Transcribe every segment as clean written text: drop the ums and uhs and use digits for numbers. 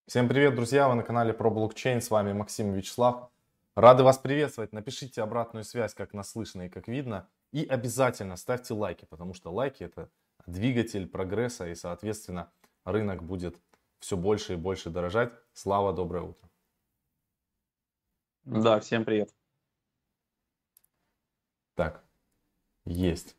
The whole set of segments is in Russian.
Всем привет, друзья! Вы на канале про блокчейн. С вами Максим и Вячеслав. Рады вас приветствовать. Напишите обратную связь, как нас слышно и как видно. И обязательно ставьте лайки, потому что лайки — это двигатель прогресса. И, соответственно, рынок будет все больше и больше дорожать. Слава, доброе утро. Да, всем привет. Так, есть.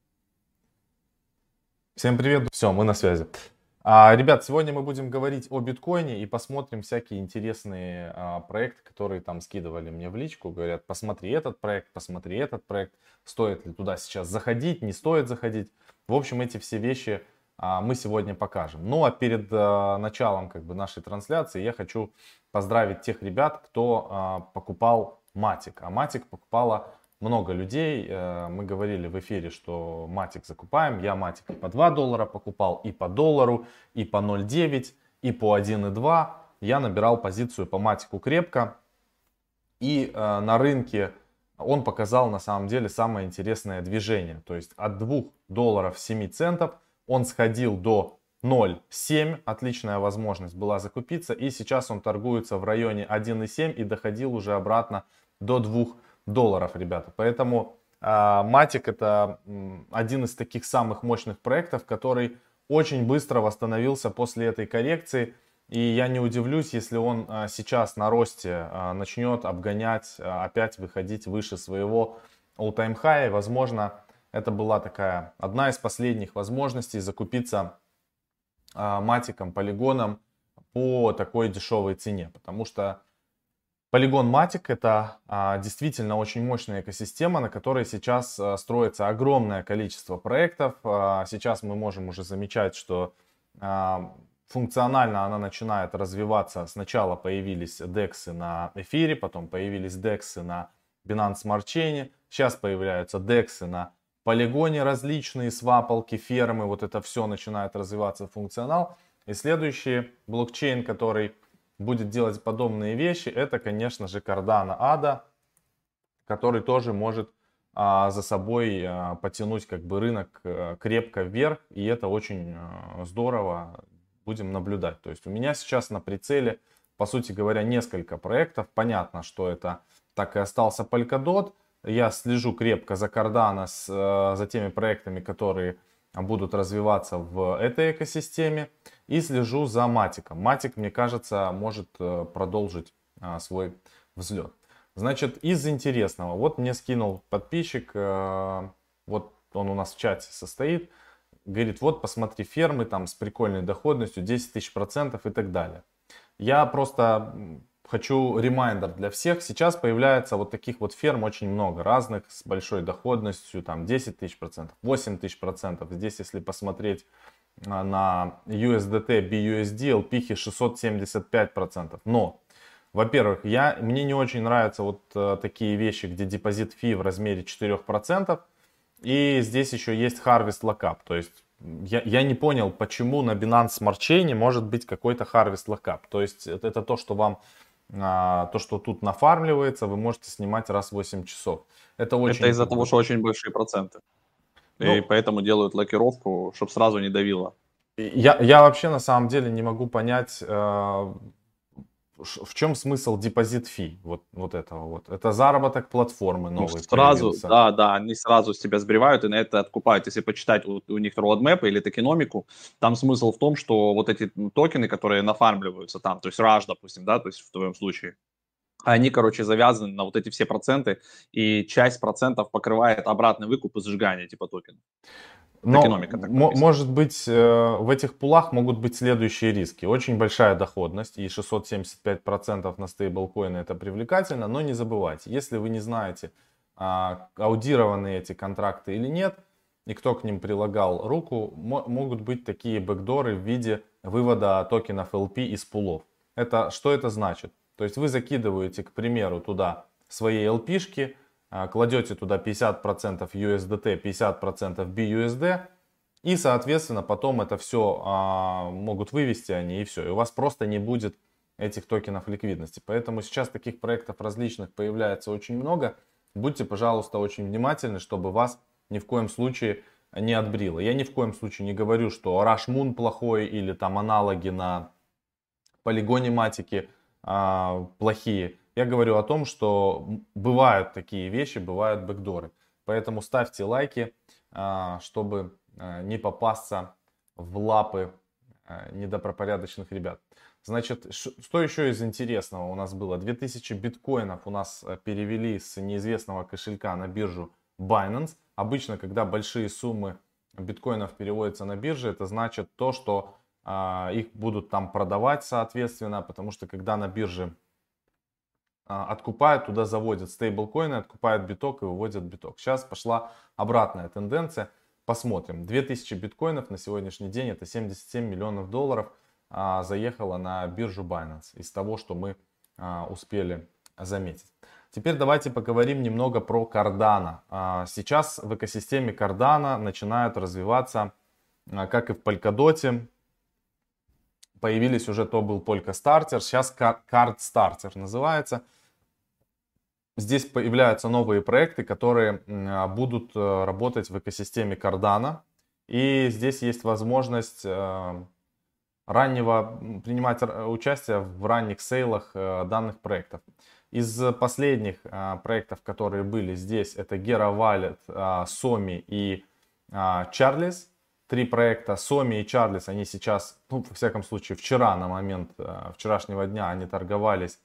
Всем привет. Все, мы на связи. Ребят, сегодня мы будем говорить о биткоине и посмотрим всякие интересные проекты, которые там скидывали мне в личку. Говорят, посмотри этот проект, стоит ли туда сейчас заходить, не стоит заходить. В общем, эти все вещи мы сегодня покажем. Ну а перед началом нашей трансляции я хочу поздравить тех ребят, кто покупал Matic. А Matic покупала много людей. Мы говорили в эфире, что Matic закупаем. Я Matic и по 2 доллара покупал, и по доллару, и по 0,9, и по 1,2. Я набирал позицию по Matic крепко. И на рынке он показал на самом деле самое интересное движение. То есть от 2 долларов 7 центов он сходил до 0,7. Отличная возможность была закупиться. И сейчас он торгуется в районе 1,7 и доходил уже обратно до 2 долларов, ребята. Поэтому Matic это один из таких самых мощных проектов, который очень быстро восстановился после этой коррекции. И я не удивлюсь, если он сейчас на росте начнет обгонять, опять выходить выше своего all-time high. Возможно, это была такая одна из последних возможностей закупиться Матиком, полигоном по такой дешевой цене. Потому что полигон Matic это действительно очень мощная экосистема, на которой сейчас строится огромное количество проектов. Сейчас мы можем уже замечать, что функционально она начинает развиваться. Сначала появились DEX на эфире, потом появились DEX на Binance Smart Chain. Сейчас появляются DEX на полигоне, различные свапалки, фермы. Вот это все начинает развиваться функционал. И следующий блокчейн, который будет делать подобные вещи, это, конечно же, Cardano ADA, который тоже может за собой потянуть рынок крепко вверх, и это очень здорово, будем наблюдать. То есть у меня сейчас на прицеле, по сути говоря, несколько проектов. Понятно, что это так и остался Polkadot. Я слежу крепко за Cardano, за теми проектами, которые будут развиваться в этой экосистеме. И слежу за Матиком. Матик, мне кажется, может продолжить свой взлет. Значит, из интересного. Вот мне скинул подписчик. Вот он у нас в чате состоит. Говорит, вот посмотри фермы там с прикольной доходностью 10 тысяч процентов и так далее. Я просто хочу ремайдер для всех. Сейчас появляется вот таких вот ферм очень много разных с большой доходностью. Там 10 тысяч процентов, 8 тысяч процентов. Здесь, если посмотреть на USDT, BUSD, LP 675%. Но, во-первых, мне не очень нравятся вот такие вещи, где депозит фи в размере 4%. И здесь еще есть Harvest Lockup. То есть я не понял, почему на Binance Smart Chain может быть какой-то Harvest Lockup. То есть это то, что вам то, что тут нафармливается, вы можете снимать раз в 8 часов. Это Это очень из-за того, что очень большие проценты. И ну, поэтому делают локировку, чтобы сразу не давило. я вообще на самом деле не могу понять, в чем смысл депозит фи вот этого вот. Это заработок платформы Ну, новый сразу, появился. да, они сразу с тебя сбривают и на это откупают. Если почитать у них roadmap или токеномику, там смысл в том, что вот эти токены, которые нафармливаются там, то есть Rush, допустим, да, то есть в твоем случае, они, короче, завязаны на вот эти все проценты, и часть процентов покрывает обратный выкуп и сжигание типа токена. Но Токеномика так прописано. может быть в этих пулах могут быть следующие риски. Очень большая доходность и 675% на стейблкоины это привлекательно, но не забывайте, если вы не знаете, аудированы эти контракты или нет, и кто к ним прилагал руку, могут быть такие бэкдоры в виде вывода токенов LP из пулов. Что это значит? То есть вы закидываете, к примеру, туда свои LP-шки, кладете туда 50% USDT, 50% BUSD, и, соответственно, потом это все могут вывести они, и все. И у вас просто не будет этих токенов ликвидности. Поэтому сейчас таких проектов различных появляется очень много. Будьте, пожалуйста, очень внимательны, чтобы вас ни в коем случае не отбрило. Я ни в коем случае не говорю, что Rush Moon плохой или там аналоги на полигониматики плохие. Я говорю о том, что бывают такие вещи, бывают бэкдоры. Поэтому ставьте лайки, чтобы не попасться в лапы недобропорядочных ребят. Значит, что еще из интересного у нас было? 2000 биткоинов у нас перевели с неизвестного кошелька на биржу Binance. Обычно, когда большие суммы биткоинов переводятся на бирже, это значит то, что их будут там продавать, соответственно, потому что когда на бирже откупают, туда заводят стейблкоины, откупают биток и выводят биток. Сейчас пошла обратная тенденция. Посмотрим. 2000 биткоинов на сегодняшний день, это 77 миллионов долларов, заехало на биржу Binance из того, что мы успели заметить. Теперь давайте поговорим немного про Cardano. Сейчас в экосистеме Cardano начинают развиваться, как и в Polkadot, появились уже, то был Polkastarter, сейчас CardStarter называется. Здесь появляются новые проекты, которые будут работать в экосистеме Cardano. И здесь есть возможность принимать участие в ранних сейлах данных проектов. Из последних проектов, которые были здесь, это Gera Wallet, Somi и Charlies. 3 проекта Somi и Charlies, они сейчас, ну, во всяком случае, вчера, на момент вчерашнего дня, они торговались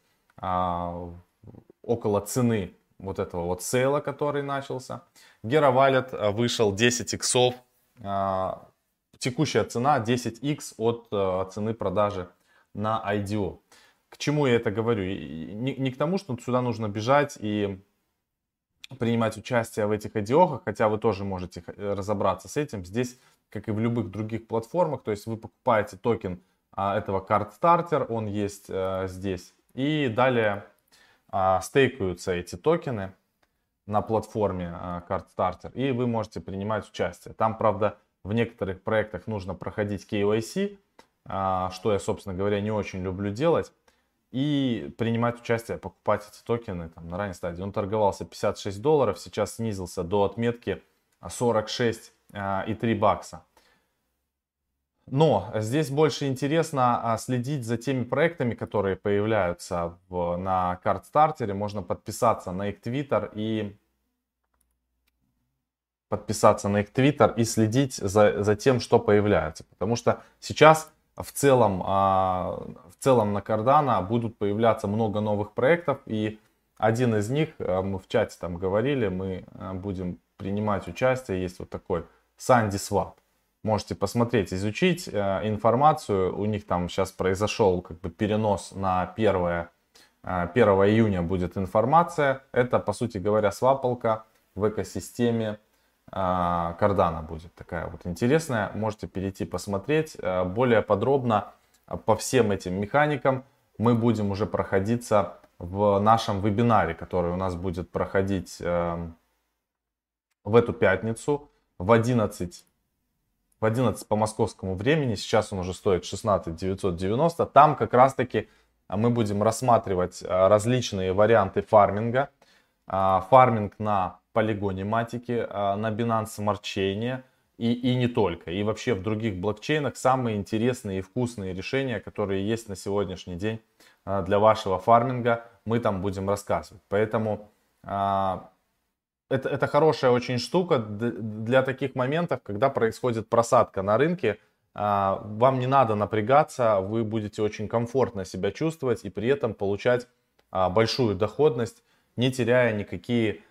около цены вот этого вот сейла, который начался. Gera Wallet вышел 10 иксов. Текущая цена 10 икс от цены продажи на IDO. К чему я это говорю? Не к тому, что сюда нужно бежать и принимать участие в этих IDO, хотя вы тоже можете разобраться с этим. Здесь, как и в любых других платформах, то есть вы покупаете токен этого CardStarter, он есть здесь. И далее стейкаются эти токены на платформе CardStarter, и вы можете принимать участие. Там, правда, в некоторых проектах нужно проходить KYC, что я, собственно говоря, не очень люблю делать, и принимать участие, покупать эти токены там, на ранней стадии. Он торговался $56, сейчас снизился до отметки 46,3 бакса. Но здесь больше интересно следить за теми проектами, которые появляются на CardStarter. Можно подписаться на их Twitter и следить за тем, что появляется. Потому что сейчас в целом на Cardano будут появляться много новых проектов. И один из них, мы в чате там говорили, мы будем принимать участие. Есть вот такой SandySwap. Можете посмотреть, изучить информацию. У них там сейчас произошел как бы перенос на 1 июня будет информация. Это, по сути говоря, свапалка в экосистеме Cardano будет такая вот интересная. Можете перейти посмотреть. Более подробно по всем этим механикам мы будем уже проходиться в нашем вебинаре, который у нас будет проходить в эту пятницу в 11 по московскому времени. Сейчас он уже стоит 16 990. Там как раз таки мы будем рассматривать различные варианты фарминга. Фарминг на полигониматике, на Binance Smart Chain и не только. И вообще в других блокчейнах самые интересные и вкусные решения, которые есть на сегодняшний день для вашего фарминга, мы там будем рассказывать. Поэтому это хорошая очень штука для таких моментов, когда происходит просадка на рынке. Вам не надо напрягаться, вы будете очень комфортно себя чувствовать и при этом получать большую доходность, не теряя никакие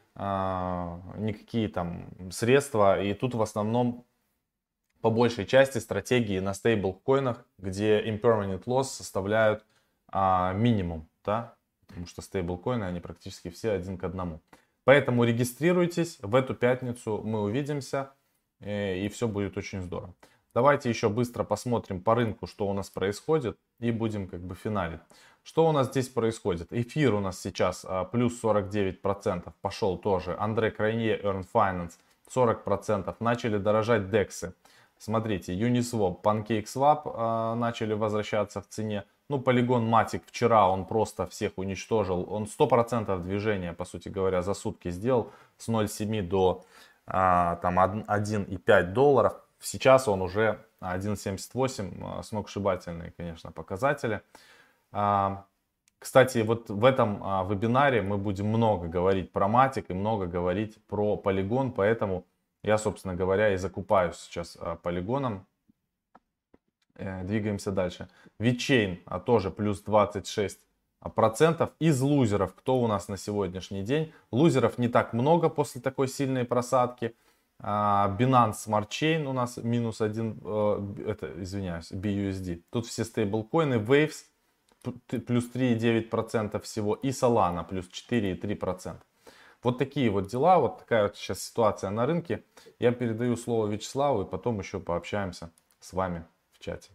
там средства. И тут в основном по большей части стратегии на стейблкоинах, где impermanent loss составляют минимум, да? Потому что стейблкоины, они практически все один к одному. Поэтому регистрируйтесь, в эту пятницу мы увидимся, и все будет очень здорово. Давайте еще быстро посмотрим по рынку, что у нас происходит, и будем как бы финалить. Что у нас здесь происходит? Эфир у нас сейчас плюс 49% пошел тоже. Андре Крайне, Earn Finance 40%. Начали дорожать дексы. Смотрите, Uniswap, PancakeSwap начали возвращаться в цене. Ну, Polygon Matic вчера он просто всех уничтожил. Он 100% движения, по сути говоря, за сутки сделал. С 0,7 до там 1,5 долларов. Сейчас он уже 1,78. Сногсшибательные, конечно, показатели. А, Кстати, вот в этом вебинаре мы будем много говорить про матик и много говорить про полигон, поэтому я, собственно говоря, и закупаюсь сейчас полигоном. Двигаемся дальше. VeChain тоже плюс 26%. Из лузеров, кто у нас на сегодняшний день? Лузеров не так много после такой сильной просадки. Binance Smart Chain у нас минус 1, извиняюсь, BUSD. Тут все стейблкоины, Waves плюс 3,9% всего и Solana плюс 4,3%. Вот такие вот дела, вот такая вот сейчас ситуация на рынке. Я передаю слово Вячеславу и потом еще пообщаемся с вами в чате.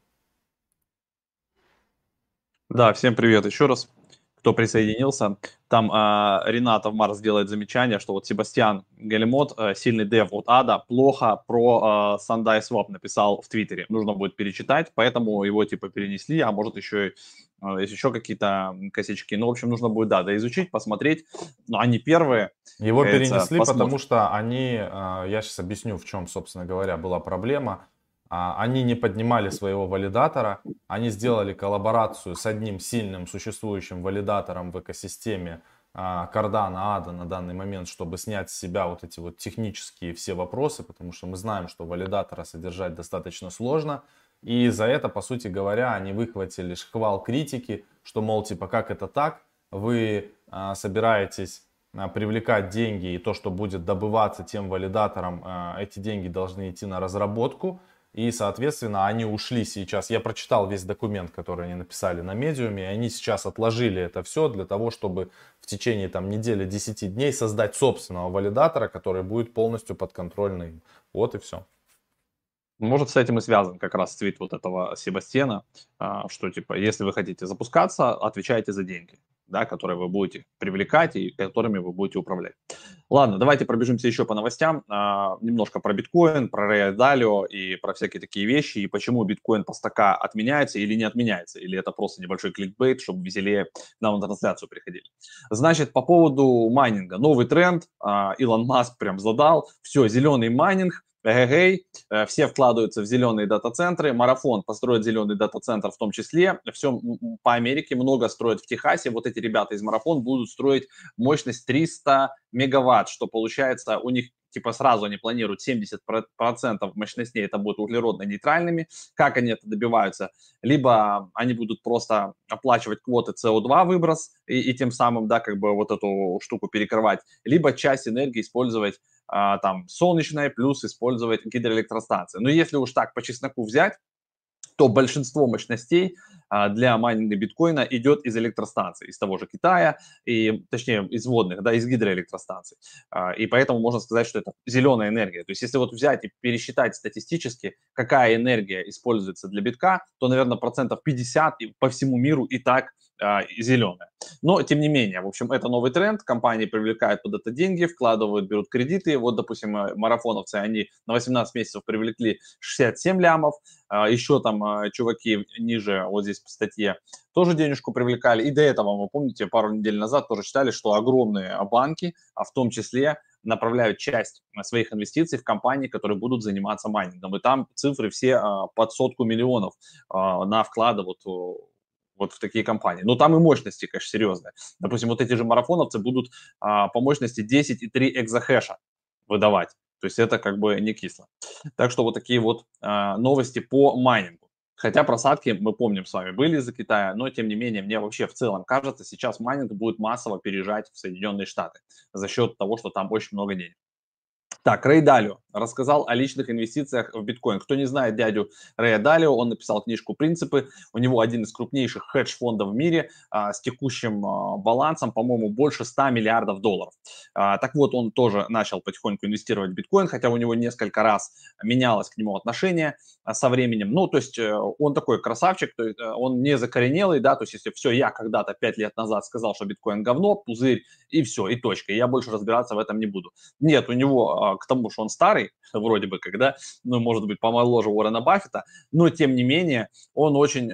Да, всем привет еще раз, кто присоединился. Там Ренат Марс делает замечание, что вот Себастьян Галимот, сильный дев от ада, плохо про Sunday Swap написал в Твиттере. Нужно будет перечитать, поэтому его типа перенесли, а может еще есть еще какие-то косячки. Ну, в общем, нужно будет, да, изучить, посмотреть. Но они первые. Его перенесли, посмотрим. потому что они, я сейчас объясню, в чем, собственно говоря, была проблема. Они не поднимали своего валидатора, они сделали коллаборацию с одним сильным существующим валидатором в экосистеме Cardano, ADA на данный момент, чтобы снять с себя вот эти вот технические все вопросы, потому что мы знаем, что валидатора содержать достаточно сложно. И за это, по сути говоря, они выхватили шквал критики, что, мол, типа, как это так? Вы собираетесь привлекать деньги, и то, что будет добываться тем валидатором, эти деньги должны идти на разработку. И, соответственно, они ушли сейчас. Я прочитал весь документ, который они написали на Медиуме, и они сейчас отложили это все для того, чтобы в течение там недели, 10 дней создать собственного валидатора, который будет полностью подконтрольный им. Вот и все. Может, с этим и связан как раз твит вот этого Себастьяна, что типа, если вы хотите запускаться, отвечайте за деньги, да, которые вы будете привлекать и которыми вы будете управлять. Ладно, давайте пробежимся еще по новостям. Немножко про биткоин, про Ray Dalio и про всякие такие вещи, и почему биткоин по стака отменяется или не отменяется, или это просто небольшой кликбейт, чтобы веселее нам на трансляцию приходили. Значит, по поводу майнинга. Новый тренд, Илон Маск прям задал, все, зеленый майнинг, все вкладываются в зеленые дата-центры, Марафон построит зеленый дата-центр в том числе, все по Америке, много строят в Техасе, вот эти ребята из Марафон будут строить мощность 300 мегаватт, что получается у них типа сразу они планируют 70% мощностей, это будут углеродно-нейтральными. Как они это добиваются? Либо они будут просто оплачивать квоты CO2 выброс и тем самым, да, как бы вот эту штуку перекрывать, либо часть энергии использовать там солнечное, плюс использовать гидроэлектростанции. Но если уж так по чесноку взять, то большинство мощностей для майнинга биткоина идет из электростанций, из того же Китая, и, точнее, из водных, да, из гидроэлектростанций. И поэтому можно сказать, что это зеленая энергия. То есть если вот взять и пересчитать статистически, какая энергия используется для битка, то, наверное, процентов 50 по всему миру и так зеленая. Но, тем не менее, в общем, это новый тренд, компании привлекают под это деньги, вкладывают, берут кредиты. Вот, допустим, марафоновцы, они на 18 месяцев привлекли 67 лямов, еще там чуваки ниже, вот здесь по статье, тоже денежку привлекали. И до этого, вы помните, пару недель назад тоже считали, что огромные банки, в том числе, направляют часть своих инвестиций в компании, которые будут заниматься майнингом. И там цифры все под 100 миллионов на вкладывают вот в такие компании. Но там и мощности, конечно, серьезные. Допустим, вот эти же марафоновцы будут по мощности 10,3 экзахэша выдавать. То есть это как бы не кисло. Так что вот такие вот новости по майнингу. Хотя просадки, мы помним, с вами были из-за Китая, но тем не менее, мне вообще в целом кажется, сейчас майнинг будет массово переезжать в Соединенные Штаты за счет того, что там очень много денег. Так, Рэй Далио рассказал о личных инвестициях в биткоин. Кто не знает дядю Рэя Далио, он написал книжку «Принципы». У него один из крупнейших хедж-фондов в мире с текущим балансом, по-моему, больше 100 миллиардов долларов. Так вот, он тоже начал потихоньку инвестировать в биткоин, хотя у него несколько раз менялось к нему отношение со временем. Ну, то есть он такой красавчик, то есть, он не закоренелый, да, то есть если все, я когда-то 5 лет назад сказал, что биткоин говно, пузырь, и все, и точка, и я больше разбираться в этом не буду. Нет, у него к тому, что он старый, вроде бы, когда, ну, может быть, помоложе Уоррена Баффета, но, тем не менее, он очень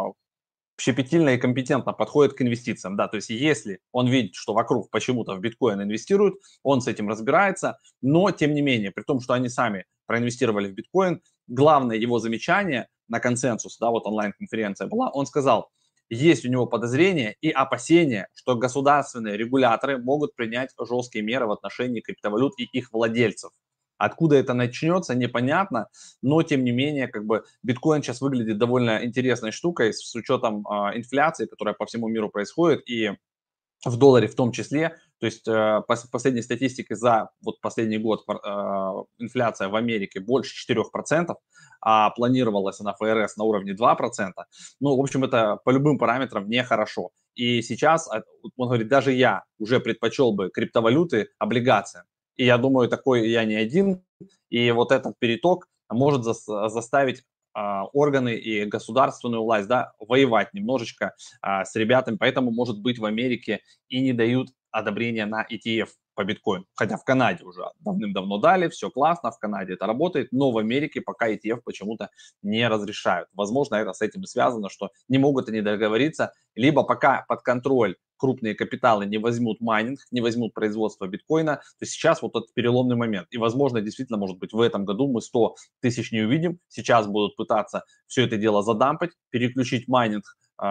щепетильно и компетентно подходит к инвестициям, да, то есть если он видит, что вокруг почему-то в биткоин инвестируют, он с этим разбирается, но, тем не менее, при том, что они сами проинвестировали в биткоин, главное его замечание на консенсус, да, вот онлайн-конференция была, он сказал, есть у него подозрения и опасения, что государственные регуляторы могут принять жесткие меры в отношении криптовалют и их владельцев. Откуда это начнется, непонятно, но тем не менее, как бы биткоин сейчас выглядит довольно интересной штукой с учетом инфляции, которая по всему миру происходит, и в долларе в том числе. То есть по последней статистике за вот последний год инфляция в Америке больше 4%, а планировалась она ФРС на уровне 2%. Ну, в общем, это по любым параметрам нехорошо. И сейчас, он говорит, даже я уже предпочел бы криптовалюты облигациям. И я думаю, такой я не один. И вот этот переток может заставить органы и государственную власть, да, воевать немножечко с ребятами, поэтому, может быть, в Америке и не дают одобрения на ETF по биткоину. Хотя в Канаде уже давным-давно дали, все классно, в Канаде это работает, но в Америке пока ETF почему-то не разрешают. Возможно, это с этим и связано, что не могут они договориться, либо пока под контроль крупные капиталы не возьмут майнинг, не возьмут производство биткоина, то сейчас вот этот переломный момент. И, возможно, действительно, может быть, в этом году мы 100 тысяч не увидим. Сейчас будут пытаться все это дело задампать, переключить майнинг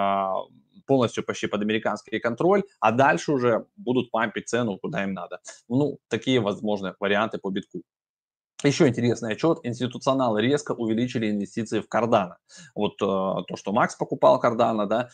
полностью почти под американский контроль, а дальше уже будут пампить цену, куда им надо. Ну, такие возможные варианты по битку. Еще интересный отчет. Институционалы резко увеличили инвестиции в Cardano. Вот то, что Макс покупал Cardano, да,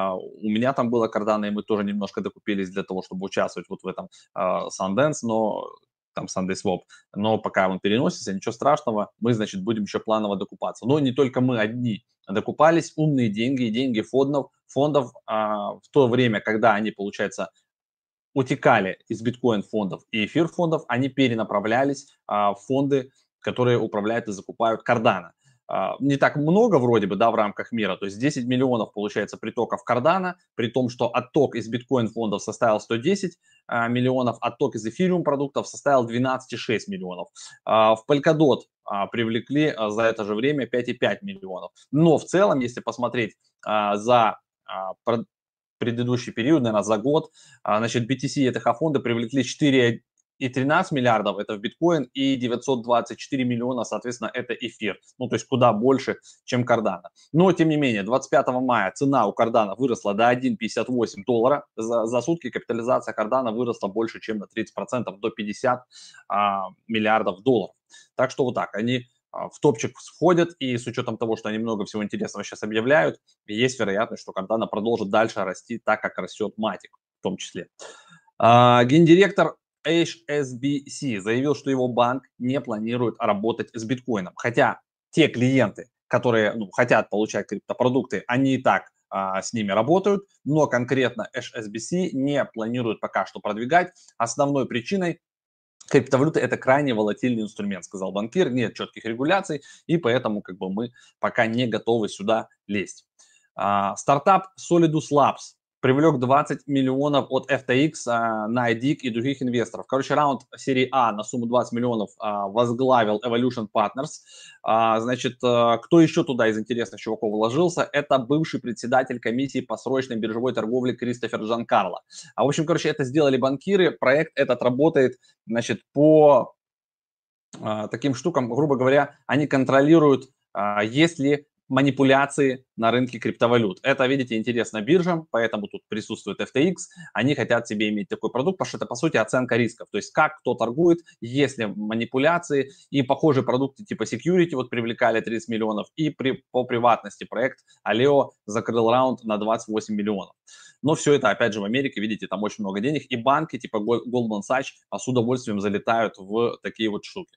у меня там было Cardano, и мы тоже немножко докупились для того, чтобы участвовать вот в этом Sundance, но там Sunday Swap, но пока он переносится, ничего страшного, мы, значит, будем еще планово докупаться. Но не только мы одни докупались, умные деньги и деньги фондов в то время, когда они, получается, утекали из биткоин-фондов и эфир-фондов, они перенаправлялись в фонды, которые управляют и закупают Cardano. Не так много вроде бы, да, в рамках мира, то есть 10 миллионов получается притоков Cardano, при том, что отток из биткоин-фондов составил 110 миллионов, отток из эфириум продуктов составил 12,6 миллионов. В Polkadot привлекли за это же время 5,5 миллионов. Но в целом, если посмотреть за предыдущий период, наверное, за год, значит, BTC и ETH-фонды привлекли 4,13 миллиардов, это в биткоин, и 924 миллиона, соответственно, это эфир. Ну, то есть куда больше, чем Cardano. Но, тем не менее, 25 мая цена у Cardano выросла до $1,58. За сутки капитализация Cardano выросла больше, чем на 30%, до 50 миллиардов долларов. Так что вот так, они в топчик входят, и с учетом того, что они много всего интересного сейчас объявляют, есть вероятность, что Cardano продолжит дальше расти так, как растет Matic в том числе. Гендиректор HSBC заявил, что его банк не планирует работать с биткоином. Хотя те клиенты, которые хотят получать криптопродукты, они и так с ними работают, но конкретно HSBC не планирует пока что продвигать. Основной причиной криптовалюта – это крайне волатильный инструмент, сказал банкир, нет четких регуляций, и поэтому как бы мы пока не готовы сюда лезть. Стартап Solidus Labs привлек 20 миллионов от FTX, NYDIG и других инвесторов. Короче, раунд серии А на сумму 20 миллионов возглавил Evolution Partners. Значит, кто еще туда из интересных чуваков вложился? Это бывший председатель комиссии по срочной биржевой торговле Кристофер Джанкарло. В общем, короче, это сделали банкиры. Проект этот работает, значит, по таким штукам, грубо говоря, они контролируют, есть ли манипуляции на рынке криптовалют. Это, видите, интересно биржам, поэтому тут присутствует FTX. Они хотят себе иметь такой продукт, потому что это, по сути, оценка рисков. То есть, как кто торгует, есть ли манипуляции. И похожие продукты типа security вот привлекали 30 миллионов. И по приватности проект Aleo закрыл раунд на 28 миллионов. Но все это, опять же, в Америке, видите, там очень много денег. И банки типа Goldman Sachs с удовольствием залетают в такие вот штуки.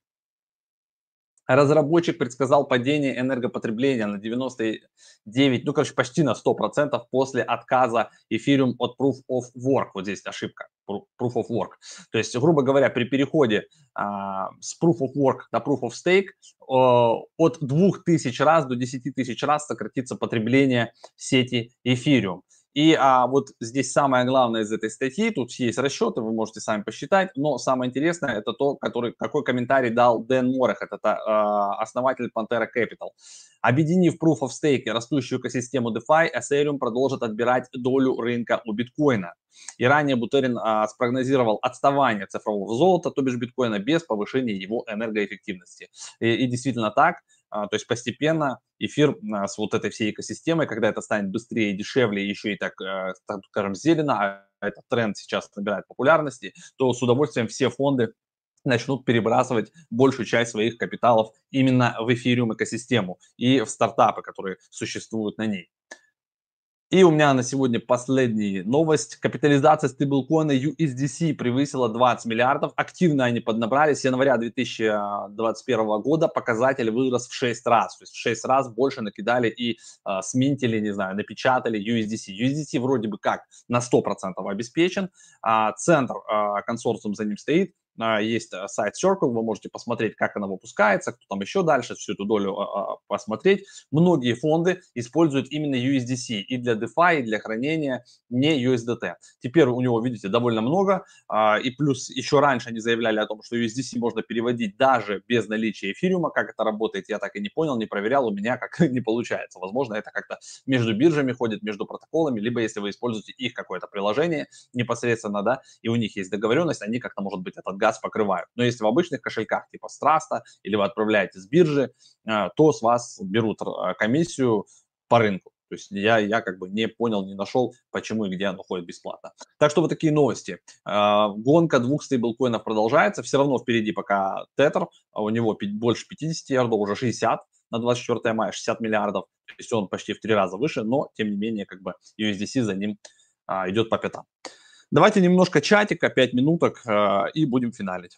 Разработчик предсказал падение энергопотребления на 99, почти на 100% после отказа Ethereum от Proof of Work. Вот здесь ошибка, Proof of Work. То есть, грубо говоря, при переходе с Proof of Work до Proof of Stake от 2000 раз до 10 тысяч раз сократится потребление сети Ethereum. И вот здесь самое главное из этой статьи, тут есть расчеты, вы можете сами посчитать, но самое интересное это то, какой комментарий дал Дэн Морехет, это основатель Pantera Capital. Объединив Proof of Stake и растущую экосистему DeFi, Ethereum продолжит отбирать долю рынка у биткоина. И ранее Бутерин спрогнозировал отставание цифрового золота, то бишь биткоина, без повышения его энергоэффективности. И действительно так. то есть постепенно эфир с вот этой всей экосистемой, когда это станет быстрее, дешевле, еще и так скажем, зелено, а этот тренд сейчас набирает популярности, то с удовольствием все фонды начнут перебрасывать большую часть своих капиталов именно в эфириум экосистему и в стартапы, которые существуют на ней. И у меня на сегодня последняя новость. Капитализация стейблкоина USDC превысила 20 миллиардов. Активно они поднабрали. С января 2021 года показатель вырос в 6 раз. То есть в 6 раз больше накидали и сминтили, не знаю, напечатали USDC. USDC вроде бы как на 100% обеспечен. Центр, консорциум за ним стоит. Есть сайт Circle, вы можете посмотреть, как она выпускается, кто там еще дальше, всю эту долю посмотреть. Многие фонды используют именно USDC и для DeFi, и для хранения не USDT. Теперь у него, видите, довольно много, и плюс еще раньше они заявляли о том, что USDC можно переводить даже без наличия эфириума. Как это работает, я так и не понял, не проверял, у меня как не получается. Возможно, это как-то между биржами ходит, между протоколами, либо если вы используете их какое-то приложение непосредственно, да, и у них есть договоренность, они как-то, может быть, этот газ покрывают. Но если в обычных кошельках типа Страста или вы отправляете с биржи, то с вас берут комиссию по рынку. То есть я как бы не понял, не нашел, почему и где оно ходит бесплатно. Так что вот такие новости. Гонка двух стейблкоинов продолжается. Все равно впереди пока Tether, у него больше 50 ярдов, уже 60 на 24 мая, 60 миллиардов. То есть он почти в 3 раза выше, но тем не менее как бы USDC за ним идет по пятам. Давайте немножко чатика, 5 минуток, и будем финалить.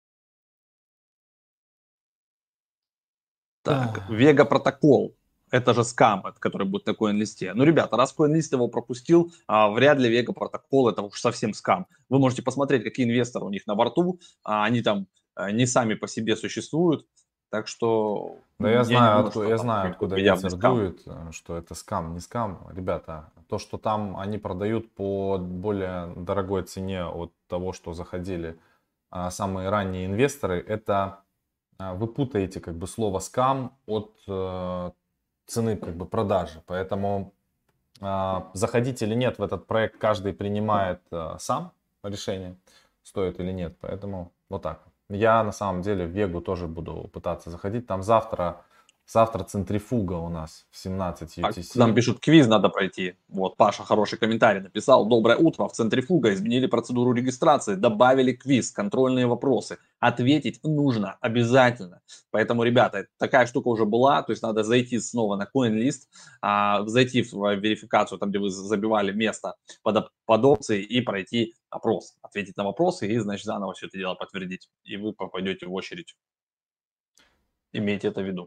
Так, Vega протокол. Это же скам, который будет на CoinList. Ну, ребята, раз CoinList его пропустил, вряд ли Vega протокол это уж совсем скам. Вы можете посмотреть, какие инвесторы у них на борту. Они там не сами по себе существуют. Так что Да я знаю, думаю, откуда ветер дует, что это скам, не скам. Ребята, то, что там они продают по более дорогой цене от того, что заходили самые ранние инвесторы, это вы путаете как бы слово скам от цены как бы продажи. Поэтому заходить или нет в этот проект каждый принимает сам решение, стоит или нет. Поэтому вот так. Я на самом деле в Вегу тоже буду пытаться заходить. Там завтра центрифуга у нас в 17 UTC. Нам пишут, квиз надо пройти. Вот, Паша хороший комментарий написал. Доброе утро. В центрифуга изменили процедуру регистрации, добавили квиз, контрольные вопросы. Ответить нужно обязательно. Поэтому, ребята, такая штука уже была. То есть надо зайти снова на CoinList, зайти в верификацию, там, где вы забивали место под опции и пройти опрос. Ответить на вопросы и, значит, заново все это дело подтвердить. И вы попадете в очередь. Имейте это в виду.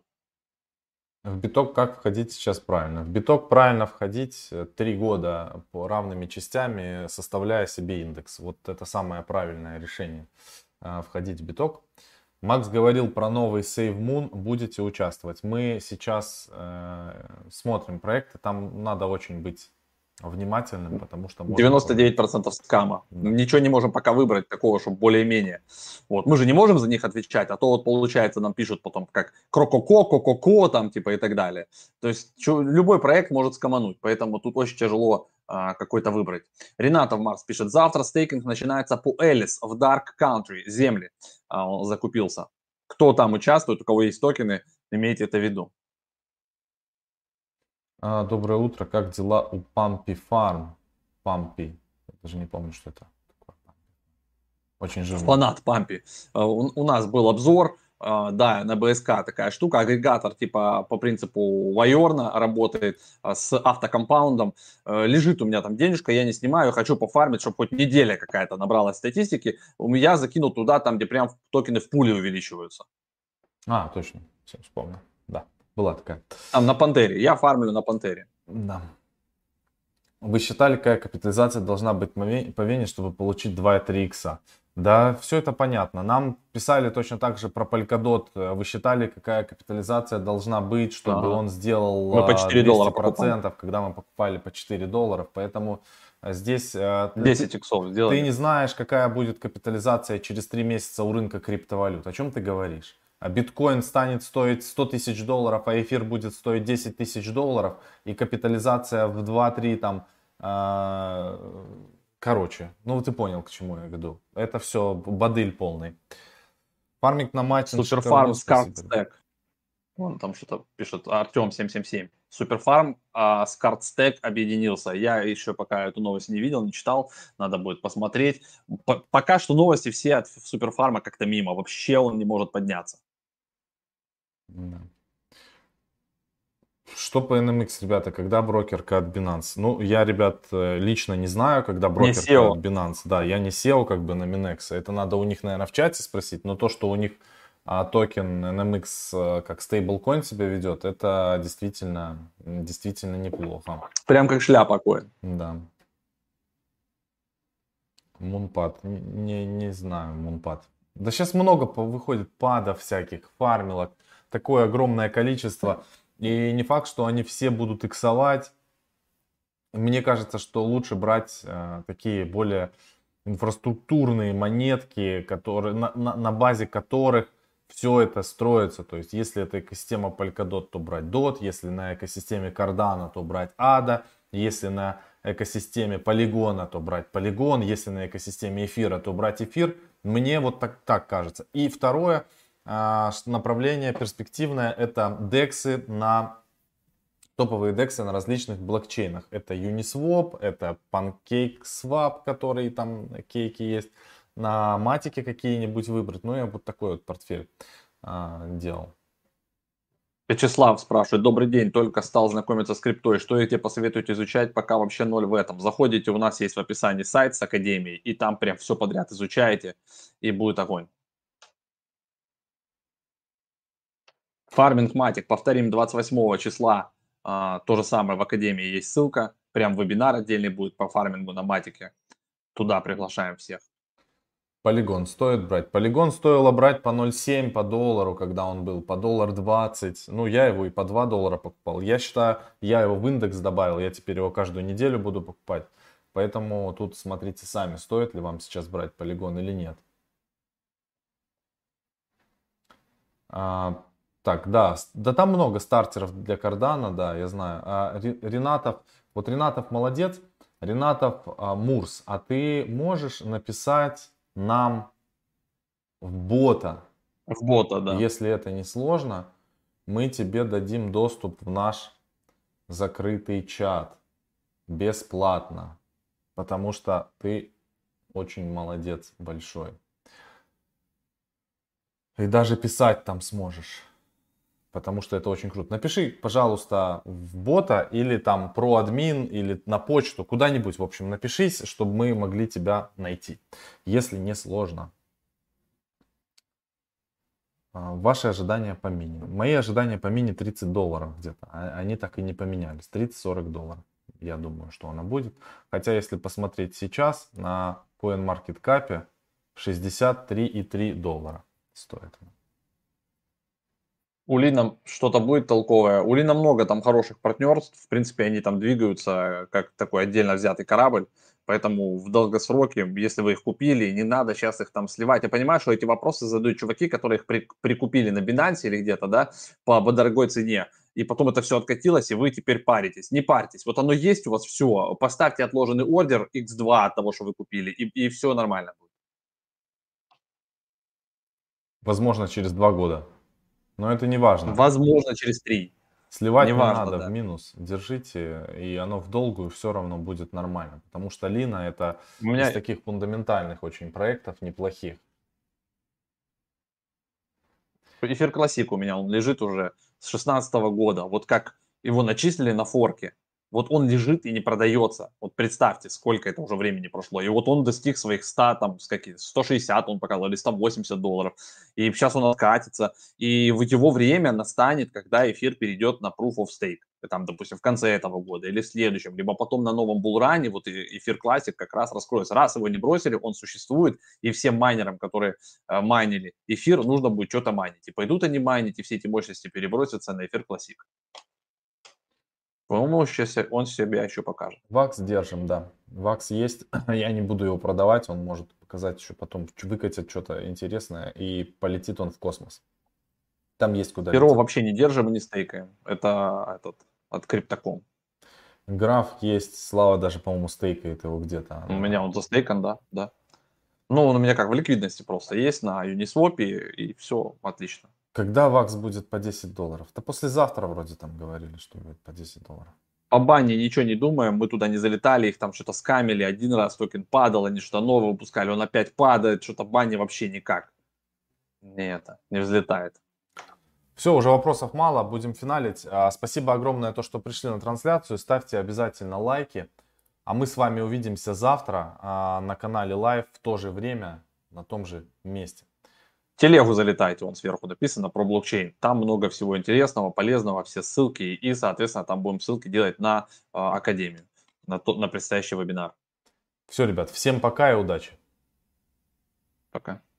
В биток как входить сейчас правильно? В биток правильно входить 3 года по равными частями, составляя себе индекс. Вот это самое правильное решение. Входить в биток. Макс говорил про новый SaveMoon. Будете участвовать. Мы сейчас смотрим проекты. Там надо очень быть внимательным, потому что... 99% скама. Да. Ничего не можем пока выбрать такого, чтобы более-менее. Вот. Мы же не можем за них отвечать, а то вот получается нам пишут потом как крококо, кококо там типа и так далее. То есть любой проект может скамануть, поэтому тут очень тяжело какой-то выбрать. Ренатов Марс пишет, завтра стейкинг начинается по Элис в Dark Country, земли. Он закупился. Кто там участвует, у кого есть токены, имейте это в виду. Доброе утро, как дела у Pumpy Farm? Pumpy, я даже не помню, что это такое. Очень жирно. Фанат Pumpy. У нас был обзор, да, на БСК такая штука, агрегатор типа по принципу Вайорна работает с автокомпаундом. Лежит у меня там денежка, я не снимаю, хочу пофармить, чтобы хоть неделя какая-то набралась статистики. Я закинул туда, там где прям токены в пуле увеличиваются. Точно, все вспомнил, да. Была такая. Там на Пантере. Я фармлю на Пантере. Да. Вы считали, какая капитализация должна быть по Вене, чтобы получить 2,3 икса? Да, все это понятно. Нам писали точно так же про Polkadot. Вы считали, какая капитализация должна быть, чтобы он сделал мы по 4 200%, когда мы покупали по 4 долларов. Поэтому здесь 10 иксов сделали. Ты не знаешь, какая будет капитализация через 3 месяца у рынка криптовалют. О чем ты говоришь? А биткоин станет стоить 100 тысяч долларов, а эфир будет стоить 10 тысяч долларов, и капитализация в 2-3 там, короче, ну ты понял, к чему я веду. Это все бодыль полный. Фарминг на матче. Суперфарм, Скарстек. Вон там что-то пишет Артем 777. Суперфарм с Картстек объединился. Я еще пока эту новость не видел, не читал. Надо будет посмотреть. Пока что новости все от Суперфарма как-то мимо. Вообще он не может подняться. Да. Что по NMX, ребята, когда брокерка от Binance? Ну, я, ребят, лично не знаю, когда Не брокерка от SEO. Binance. Да, я не SEO как бы на Minex. Это надо у них, наверное, в чате спросить. Но то, что у них токен NMX как стейблкоин себя ведет, это действительно неплохо. Прям как шляпа коин. Да. Мунпад. Не знаю, Мунпад. Да сейчас много выходит падов всяких, фармилок. Такое огромное количество. И не факт, что они все будут иксовать. Мне кажется, что лучше брать такие более инфраструктурные монетки, которые, на базе которых все это строится. То есть, если это экосистема Polkadot, то брать DOT. Если на экосистеме Cardano, то брать ADA. Если на экосистеме Полигона, то брать Полигон. Если на экосистеме эфира, то брать эфир. Мне вот так кажется. И второе направление перспективное — это дексы на топовые дексы на различных блокчейнах. Это Uniswap, это PancakeSwap, который там кейки есть. На матике какие-нибудь выбрать. Ну, я вот такой вот портфель делал. Вячеслав спрашивает. Добрый день, только стал знакомиться с криптой. Что и где посоветуете изучать, пока вообще ноль в этом? Заходите, у нас есть в описании сайт с академией, и там прям все подряд изучаете, и будет огонь. Фарминг Матик, повторим, 28 числа то же самое в Академии есть ссылка. Прям вебинар отдельный будет по фармингу на Матике. Туда приглашаем всех. Полигон стоит брать. Полигон стоило брать по 0,7, по доллару, когда он был, по $1.20. Ну, я его и по $2 покупал. Я считаю, я его в индекс добавил, я теперь его каждую неделю буду покупать. Поэтому тут смотрите сами, стоит ли вам сейчас брать полигон или нет. Так, да, там много стартеров для кардана, да, я знаю. Ренатов, вот Ренатов молодец, Ренатов Мурс, а ты можешь написать нам в бота, В бота, да. если это не сложно, мы тебе дадим доступ в наш закрытый чат бесплатно, потому что ты очень молодец большой. И даже писать там сможешь. Потому что это очень круто. Напиши, пожалуйста, в бота или там про админ, или на почту, куда-нибудь, в общем, напишись, чтобы мы могли тебя найти, если не сложно. Ваши ожидания по мини. Мои ожидания по мини $30 где-то. Они так и не поменялись. $30-40. Я думаю, что она будет. Хотя, если посмотреть сейчас на CoinMarketCap, $63,3 стоит. У Лина что-то будет толковое. У Лина много там хороших партнерств. В принципе, они там двигаются как такой отдельно взятый корабль. Поэтому в долгосроке, если вы их купили, не надо сейчас их там сливать. Я понимаю, что эти вопросы задают чуваки, которые их прикупили на Binance или где-то, да, по дорогой цене. И потом это все откатилось, и вы теперь паритесь. Не парьтесь. Вот оно есть у вас, все. Поставьте отложенный ордер X2 от того, что вы купили, и все нормально будет. Возможно, через 2 года. Но это не важно. Возможно, через 3. Сливать не Неважно, надо в да. минус. Держите, и оно в долгую все равно будет нормально. Потому что Лина — это У из меня таких фундаментальных очень проектов, неплохих. эфир классик у меня, он лежит уже с 16 года. Вот как его начислили на форке, вот он лежит и не продается. Вот представьте, сколько это уже времени прошло. И вот он достиг своих 100, там, с каких, 160 он показал, или $180. И сейчас он откатится. И в его время настанет, когда эфир перейдет на Proof of Stake. Там, допустим, в конце этого года или в следующем. Либо потом на новом булране, вот эфир классик как раз раскроется. Раз его не бросили, он существует. И всем майнерам, которые майнили эфир, нужно будет что-то майнить. И пойдут они майнить, и все эти мощности перебросятся на эфир классик. По-моему, сейчас он себя еще покажет. Вакс держим, да. Вакс есть. Я не буду его продавать. Он может показать еще потом, выкатит что-то интересное. И полетит он в космос. Там есть куда Перо лететь. вообще не держим и не стейкаем. Это от Криптоком. Граф есть. Слава даже, по-моему, стейкает его где-то. У меня он застейкан, да, да. Ну, он у меня как в ликвидности просто есть на Uniswap, и все, отлично. Когда ВАКС будет по 10 долларов? Да послезавтра вроде там говорили, что будет по 10 долларов. По бане ничего не думаем, мы туда не залетали, их там что-то скамили, один раз токен падал, они что-то новое выпускали, он опять падает, что-то бане вообще никак. Не взлетает. Все, уже вопросов мало, будем финалить. Спасибо огромное, то, что пришли на трансляцию. Ставьте обязательно лайки. А мы с вами увидимся завтра на канале Live в то же время, на том же месте. Телегу залетайте, вон сверху написано про блокчейн. Там много всего интересного, полезного, все ссылки. И, соответственно, там будем ссылки делать на академию, на предстоящий вебинар. Все, ребят, всем пока и удачи. Пока.